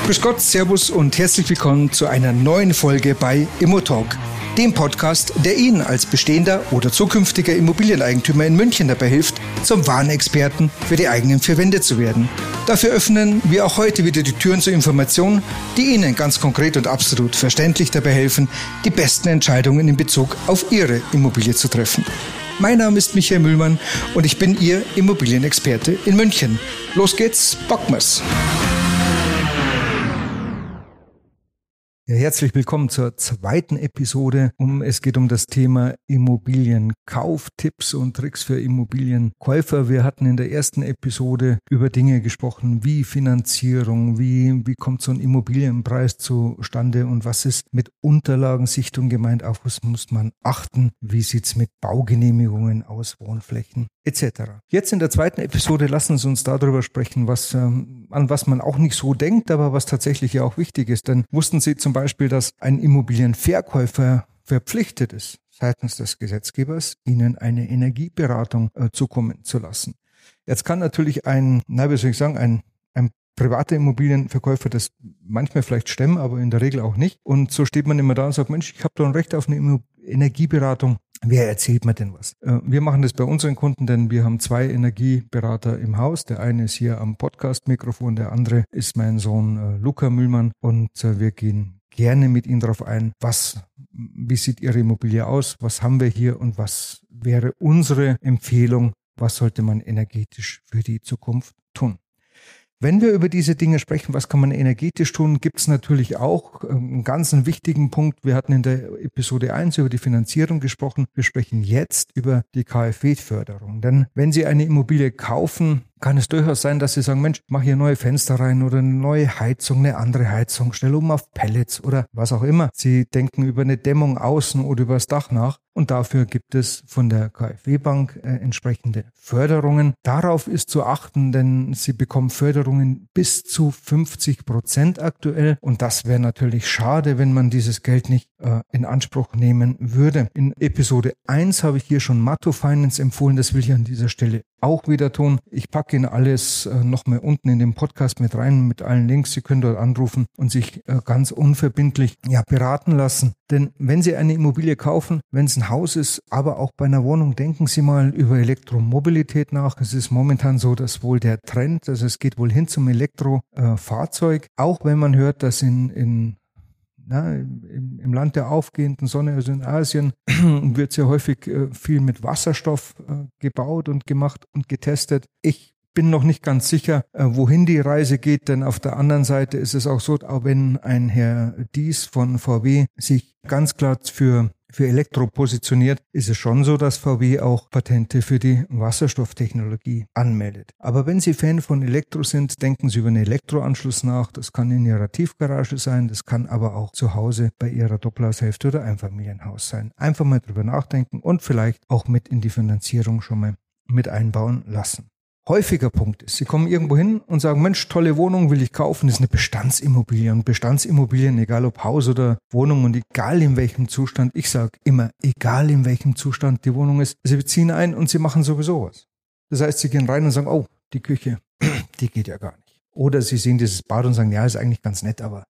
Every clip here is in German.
Grüß Gott, Servus und herzlich willkommen zu einer neuen Folge bei ImmoTalk, dem Podcast, der Ihnen als bestehender oder zukünftiger Immobilieneigentümer in München dabei hilft, zum wahren Experten für die eigenen vier Wände zu werden. Dafür öffnen wir auch heute wieder die Türen zur Information, die Ihnen ganz konkret und absolut verständlich dabei helfen, die besten Entscheidungen in Bezug auf Ihre Immobilie zu treffen. Mein Name ist Michael Mühlmann und ich bin Ihr Immobilienexperte in München. Los geht's, bocken wir's! Ja, herzlich willkommen zur zweiten Episode. Es geht um das Thema Immobilienkauf, Tipps und Tricks für Immobilienkäufer. Wir hatten in der ersten Episode über Dinge gesprochen, wie Finanzierung, wie kommt so ein Immobilienpreis zustande und was ist mit Unterlagensichtung gemeint, auf was muss man achten, wie sieht's mit Baugenehmigungen aus, Wohnflächen etc. Jetzt in der zweiten Episode lassen Sie uns darüber sprechen, an was man auch nicht so denkt, aber was tatsächlich ja auch wichtig ist. Denn wussten Sie zum Beispiel, dass ein Immobilienverkäufer verpflichtet ist, seitens des Gesetzgebers, Ihnen eine Energieberatung zukommen zu lassen? Jetzt kann natürlich ein privater Immobilienverkäufer das manchmal vielleicht stemmen, aber in der Regel auch nicht. Und so steht man immer da und sagt, Mensch, ich habe doch ein Recht auf eine Energieberatung. Wer erzählt mir denn was? Wir machen das bei unseren Kunden, denn wir haben 2 Energieberater im Haus. Der eine ist hier am Podcast-Mikrofon, der andere ist mein Sohn Luca Mühlmann. Und wir gehen gerne mit Ihnen darauf ein, wie sieht Ihre Immobilie aus, was haben wir hier und was wäre unsere Empfehlung, was sollte man energetisch für die Zukunft tun. Wenn wir über diese Dinge sprechen, was kann man energetisch tun, gibt es natürlich auch einen ganz wichtigen Punkt. Wir hatten in der Episode 1 über die Finanzierung gesprochen. Wir sprechen jetzt über die KfW-Förderung. Denn wenn Sie eine Immobilie kaufen, kann es durchaus sein, dass Sie sagen, Mensch, mach hier neue Fenster rein oder eine neue Heizung, eine andere Heizung, stell um auf Pellets oder was auch immer. Sie denken über eine Dämmung außen oder über das Dach nach und dafür gibt es von der KfW-Bank entsprechende Förderungen. Darauf ist zu achten, denn Sie bekommen Förderungen bis zu 50% aktuell und das wäre natürlich schade, wenn man dieses Geld nicht in Anspruch nehmen würde. In Episode 1 habe ich hier schon Matto Finance empfohlen, das will ich an dieser Stelle auch wieder tun. Ich packe Ihnen alles nochmal unten in den Podcast mit rein, mit allen Links. Sie können dort anrufen und sich ganz unverbindlich beraten lassen. Denn wenn Sie eine Immobilie kaufen, wenn es ein Haus ist, aber auch bei einer Wohnung, denken Sie mal über Elektromobilität nach. Es ist momentan so, dass wohl der Trend, also es geht wohl hin zum Elektrofahrzeug. Auch wenn man hört, dass im Land der aufgehenden Sonne, also in Asien, wird sehr häufig viel mit Wasserstoff gebaut und gemacht und getestet. Ich bin noch nicht ganz sicher, wohin die Reise geht, denn auf der anderen Seite ist es auch so, auch wenn ein Herr Dies von VW sich ganz klar für Elektro positioniert, ist es schon so, dass VW auch Patente für die Wasserstofftechnologie anmeldet. Aber wenn Sie Fan von Elektro sind, denken Sie über einen Elektroanschluss nach. Das kann in Ihrer Tiefgarage sein, das kann aber auch zu Hause bei Ihrer Doppelhaushälfte oder Einfamilienhaus sein. Einfach mal drüber nachdenken und vielleicht auch mit in die Finanzierung schon mal mit einbauen lassen. Häufiger Punkt ist, Sie kommen irgendwo hin und sagen, Mensch, tolle Wohnung will ich kaufen, das ist eine Bestandsimmobilie. Und Bestandsimmobilien, egal ob Haus oder Wohnung und egal in welchem Zustand, ich sage immer, egal in welchem Zustand die Wohnung ist, Sie beziehen ein und Sie machen sowieso was. Das heißt, Sie gehen rein und sagen, oh, die Küche, die geht ja gar nicht. Oder Sie sehen dieses Bad und sagen, ja, ist eigentlich ganz nett, aber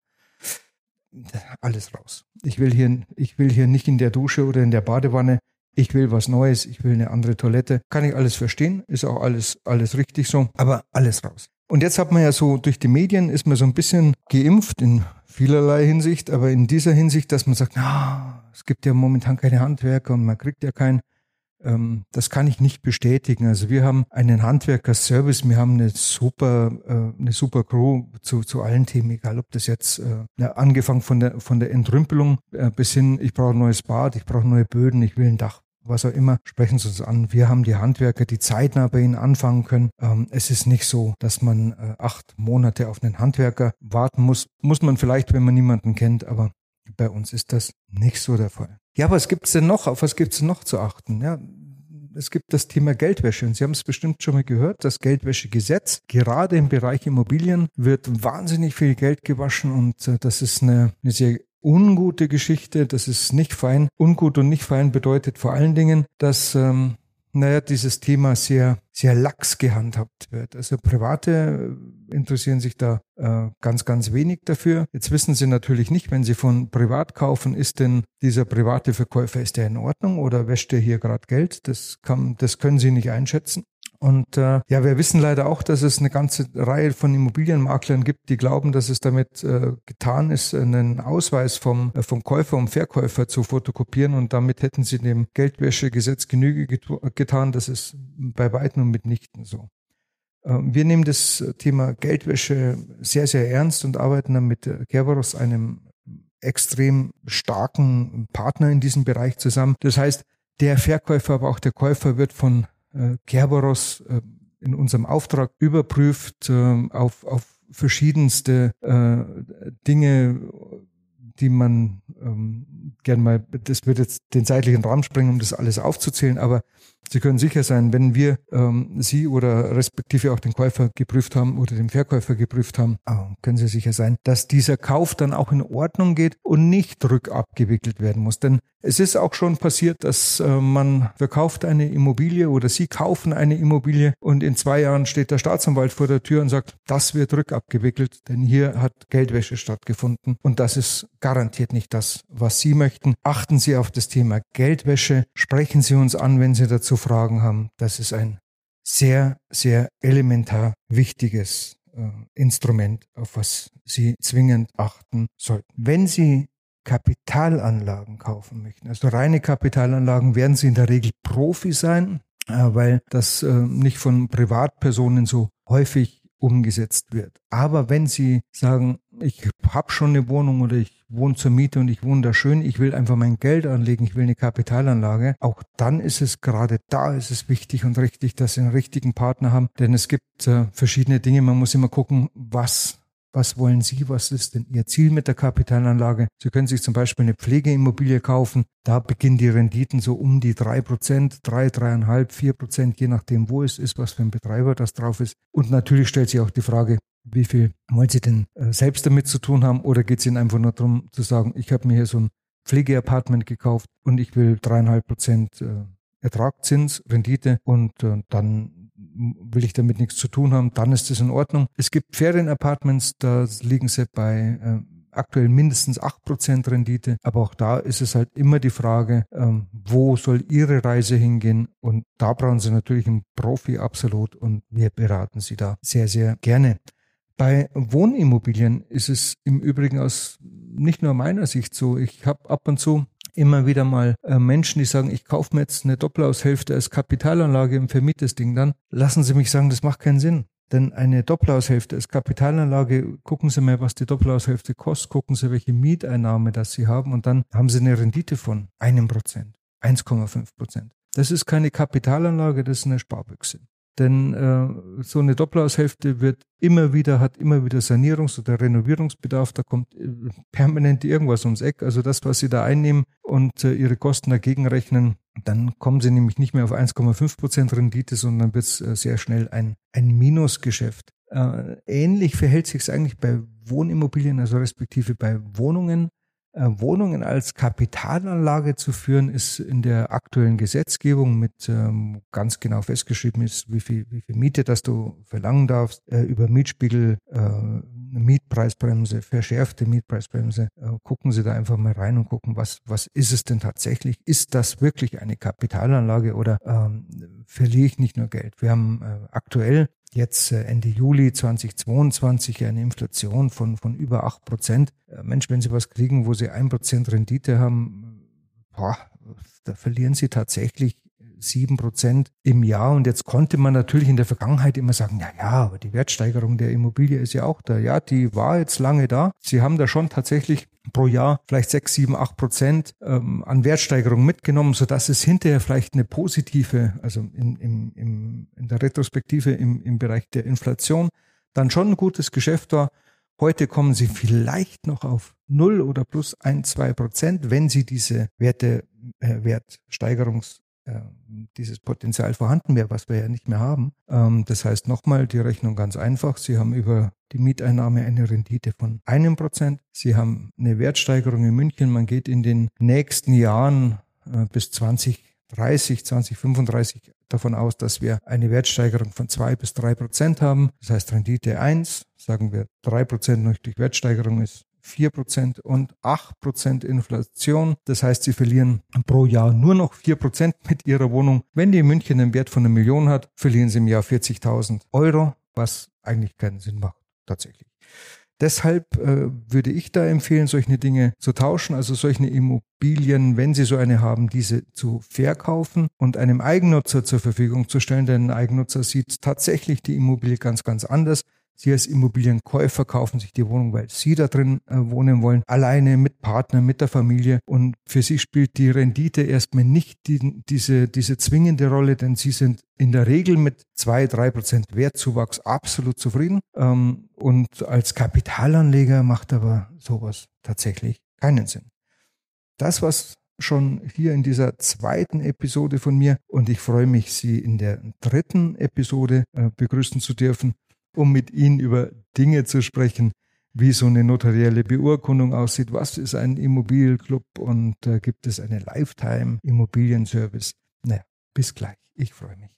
alles raus. Ich will hier nicht in der Dusche oder in der Badewanne. Ich will was Neues, ich will eine andere Toilette. Kann ich alles verstehen, ist auch alles richtig so, aber alles raus. Und jetzt hat man ja so, durch die Medien ist man so ein bisschen geimpft in vielerlei Hinsicht, aber in dieser Hinsicht, dass man sagt, es gibt ja momentan keine Handwerker und man kriegt ja keinen. Das kann ich nicht bestätigen. Also wir haben einen Handwerker-Service, wir haben eine super Crew zu allen Themen, egal ob das jetzt angefangen von der Entrümpelung bis hin, ich brauche ein neues Bad, ich brauche neue Böden, ich will ein Dach, was auch immer, sprechen Sie uns an. Wir haben die Handwerker, die zeitnah bei Ihnen anfangen können. Es ist nicht so, dass man 8 Monate auf einen Handwerker warten muss. Muss man vielleicht, wenn man niemanden kennt, aber bei uns ist das nicht so der Fall. Ja, aber was gibt's denn noch? Auf was gibt's denn noch zu achten? Ja, es gibt das Thema Geldwäsche. Und Sie haben es bestimmt schon mal gehört, das Geldwäschegesetz. Gerade im Bereich Immobilien wird wahnsinnig viel Geld gewaschen und das ist eine sehr ungute Geschichte. Das ist nicht fein. Ungut und nicht fein bedeutet vor allen Dingen, dass dieses Thema sehr, sehr lax gehandhabt wird. Also Private interessieren sich da ganz, ganz wenig dafür. Jetzt wissen Sie natürlich nicht, wenn Sie von privat kaufen, ist denn dieser private Verkäufer, ist der in Ordnung oder wäscht der hier gerade Geld? Das können Sie nicht einschätzen. Und wir wissen leider auch, dass es eine ganze Reihe von Immobilienmaklern gibt, die glauben, dass es damit getan ist, einen Ausweis vom Käufer und Verkäufer zu fotokopieren und damit hätten sie dem Geldwäschegesetz Genüge getan. Das ist bei weitem und mitnichten so. Wir nehmen das Thema Geldwäsche sehr, sehr ernst und arbeiten dann mit Kerberos, einem extrem starken Partner in diesem Bereich zusammen. Das heißt, der Verkäufer, aber auch der Käufer wird von Kerberos in unserem Auftrag überprüft auf verschiedenste Dinge, die man gern mal, das wird jetzt den zeitlichen Rahmen sprengen, um das alles aufzuzählen, aber Sie können sicher sein, wenn wir Sie oder respektive auch den Käufer geprüft haben oder den Verkäufer geprüft haben, können Sie sicher sein, dass dieser Kauf dann auch in Ordnung geht und nicht rückabgewickelt werden muss. Denn es ist auch schon passiert, dass man verkauft eine Immobilie oder Sie kaufen eine Immobilie und in 2 Jahren steht der Staatsanwalt vor der Tür und sagt, das wird rückabgewickelt, denn hier hat Geldwäsche stattgefunden und das ist garantiert nicht das, was Sie möchten. Achten Sie auf das Thema Geldwäsche, sprechen Sie uns an, wenn Sie dazu Fragen haben. Das ist ein sehr, sehr elementar wichtiges Instrument, auf was Sie zwingend achten sollten. Wenn Sie Kapitalanlagen kaufen möchten, also reine Kapitalanlagen, werden Sie in der Regel Profi sein, weil das nicht von Privatpersonen so häufig umgesetzt wird. Aber wenn Sie sagen, ich habe schon eine Wohnung oder ich wohne zur Miete und ich wohne da schön, ich will einfach mein Geld anlegen, ich will eine Kapitalanlage, auch dann ist es gerade da, ist es wichtig und richtig, dass Sie einen richtigen Partner haben, denn es gibt verschiedene Dinge, man muss immer gucken, was wollen Sie, was ist denn Ihr Ziel mit der Kapitalanlage? Sie können sich zum Beispiel eine Pflegeimmobilie kaufen, da beginnen die Renditen so um die 3%, 3,5, 4%, je nachdem wo es ist, was für ein Betreiber das drauf ist. Und natürlich stellt sich auch die Frage, wie viel wollen Sie denn selbst damit zu tun haben oder geht es Ihnen einfach nur darum zu sagen, ich habe mir hier so ein Pflegeapartment gekauft und ich will 3,5% Ertragszins, Rendite und dann will ich damit nichts zu tun haben, dann ist das in Ordnung. Es gibt Ferienapartments, da liegen sie bei aktuell mindestens 8% Rendite, aber auch da ist es halt immer die Frage, wo soll Ihre Reise hingehen und da brauchen Sie natürlich einen Profi absolut und wir beraten Sie da sehr, sehr gerne. Bei Wohnimmobilien ist es im Übrigen aus nicht nur meiner Sicht so, ich habe ab und zu immer wieder mal Menschen, die sagen, ich kaufe mir jetzt eine Doppelhaushälfte als Kapitalanlage und vermiete das Ding dann. Lassen Sie mich sagen, das macht keinen Sinn. Denn eine Doppelhaushälfte als Kapitalanlage, gucken Sie mal, was die Doppelhaushälfte kostet, gucken Sie, welche Mieteinnahme das Sie haben und dann haben Sie eine Rendite von 1%, 1,5%. Das ist keine Kapitalanlage, das ist eine Sparbüchse. Denn so eine Doppelhaushälfte hat immer wieder Sanierungs- oder Renovierungsbedarf. Da kommt permanent irgendwas ums Eck. Also das, was Sie da einnehmen und Ihre Kosten dagegen rechnen, dann kommen Sie nämlich nicht mehr auf 1,5% Rendite, sondern wird es sehr schnell ein Minusgeschäft. Ähnlich verhält sich es eigentlich bei Wohnimmobilien, also respektive bei Wohnungen. Wohnungen als Kapitalanlage zu führen, ist in der aktuellen Gesetzgebung mit ganz genau festgeschrieben ist, wie viel Miete, das du verlangen darfst, über Mietspiegel, Mietpreisbremse, verschärfte Mietpreisbremse. Gucken Sie da einfach mal rein und gucken, was ist es denn tatsächlich? Ist das wirklich eine Kapitalanlage oder verliere ich nicht nur Geld? Wir haben aktuell jetzt Ende Juli 2022 eine Inflation von über 8%. Mensch, wenn Sie was kriegen, wo Sie 1% Rendite haben, da verlieren Sie tatsächlich 7% im Jahr. Und jetzt konnte man natürlich in der Vergangenheit immer sagen, ja, aber die Wertsteigerung der Immobilie ist ja auch da. Ja, die war jetzt lange da. Sie haben da schon tatsächlich pro Jahr vielleicht 6, 7, 8% an Wertsteigerung mitgenommen, sodass es hinterher vielleicht eine positive, also in der Retrospektive im Bereich der Inflation, dann schon ein gutes Geschäft war. Heute kommen Sie vielleicht noch auf 0 oder plus 1, 2%, wenn Sie diese dieses Potenzial vorhanden wäre, was wir ja nicht mehr haben. Das heißt nochmal die Rechnung ganz einfach. Sie haben über die Mieteinnahme eine Rendite von 1%. Sie haben eine Wertsteigerung in München. Man geht in den nächsten Jahren bis 2030 2035 davon aus, dass wir eine Wertsteigerung von 2-3% haben. Das heißt Rendite 1, sagen wir 3% durch Wertsteigerung ist 4% und 8% Inflation. Das heißt, Sie verlieren pro Jahr nur noch 4% mit Ihrer Wohnung. Wenn die in München einen Wert von 1 Million hat, verlieren Sie im Jahr 40.000 Euro, was eigentlich keinen Sinn macht, tatsächlich. Deshalb würde ich da empfehlen, solche Dinge zu tauschen, also solche Immobilien, wenn Sie so eine haben, diese zu verkaufen und einem Eigennutzer zur Verfügung zu stellen, denn ein Eigennutzer sieht tatsächlich die Immobilie ganz, ganz anders. Sie als Immobilienkäufer kaufen sich die Wohnung, weil Sie da drin wohnen wollen, alleine mit Partner, mit der Familie. Und für Sie spielt die Rendite erstmal nicht diese zwingende Rolle, denn Sie sind in der Regel mit 2-3% Wertzuwachs absolut zufrieden. Und als Kapitalanleger macht aber sowas tatsächlich keinen Sinn. Das war's schon hier in dieser zweiten Episode von mir und ich freue mich, Sie in der dritten Episode begrüßen zu dürfen, um mit Ihnen über Dinge zu sprechen, wie so eine notarielle Beurkundung aussieht, was ist ein Immobilienclub und gibt es einen Lifetime-Immobilienservice. Naja, bis gleich. Ich freue mich.